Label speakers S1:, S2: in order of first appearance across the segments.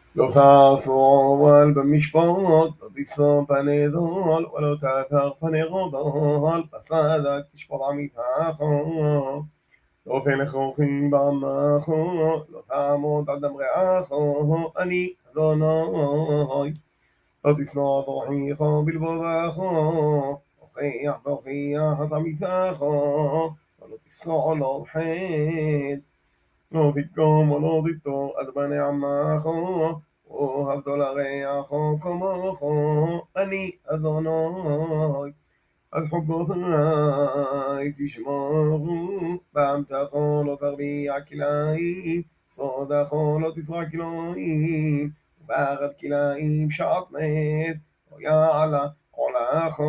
S1: לא תעשו אבל במשפט, לא תשא פני דול, ולא תאתר פני רודול, בסדק תשפוט עמיתך. לא תלך רוחים בעמך, לא תעמוד על דם רעך, אני אדוני. לא תשנא את אחיך בלבבך, תוכיח את עמיתך, ולא תשנא לו חטא. לא תקום ולא תיטור עד בני עמך, אוהבת לרעך כמוך, אני אדוני. אז חוקותי תשמרו, באמתך לא תרביע כליים, סודך לא תזרע כלואים, ובארץ כליים שעטנז, לא יעלה עולך.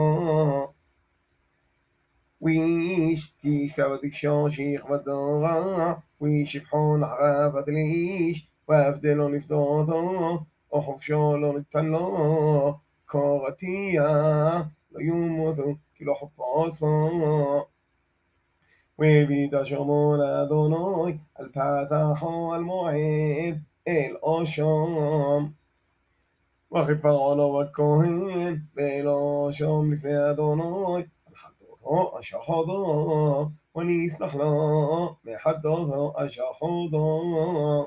S1: ويش كيش كبدك شاشيخ وزارع ويش بحول عرفت ليش وافدلون نفتوثو أحف شالون التلا كارتيا لا يموتو كيلو حباصا وبيت شمال أدوناي الفتح المعيد الأشام وخفعنا والكهن بلا شام לפני אדוני מחדותו אשחודו ונסלח לו מחדותו אשחודו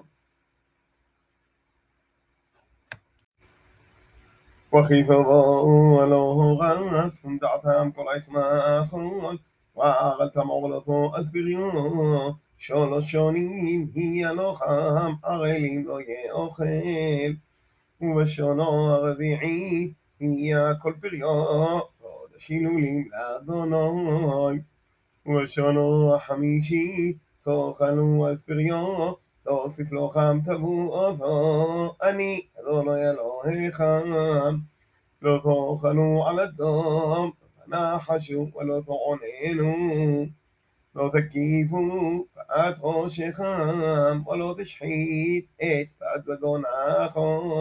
S1: وخيفه له غاس دعتهم كل اسماء وعغلتم عغلته أذبريو שלוש שונים יהיה לוחם ערלים לא יאכל ובשונו הרביעי יהיה כל פריו ועוד השילולים לאדוני ובשונו החמישי תאכלו אז פריו להוסיף לוחם תבואתו אני אדוני אלוהיך לא תאכלו על אדם תנחשו ולא תעוננו לא תקיפו פאת ראשכם ולא תשחית את פאת זגונך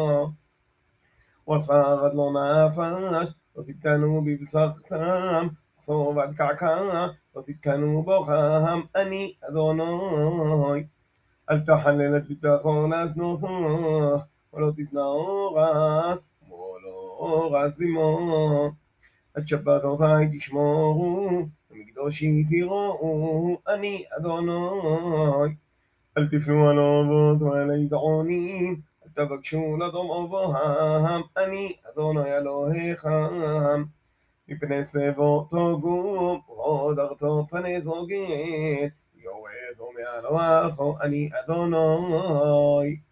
S1: وصارت له نفش وفتنوا ببصرتهم صوبت كعكا وفتنوا بخهم أني أدوناي التحللت بتاخون أسنوثه ولو تسنعوا غاس ولو غاسمو الشبات وثاي تشموه ومقدوشي تيغوه أني أدوناي التفلوا على أبوت ولا يدعوني תבקשו לדום אבוהם, אני אדוני אלוהיכם. מפני סבותו גום, והודרתו פני זוגית, יורדו מעל רחו, אני אדוני.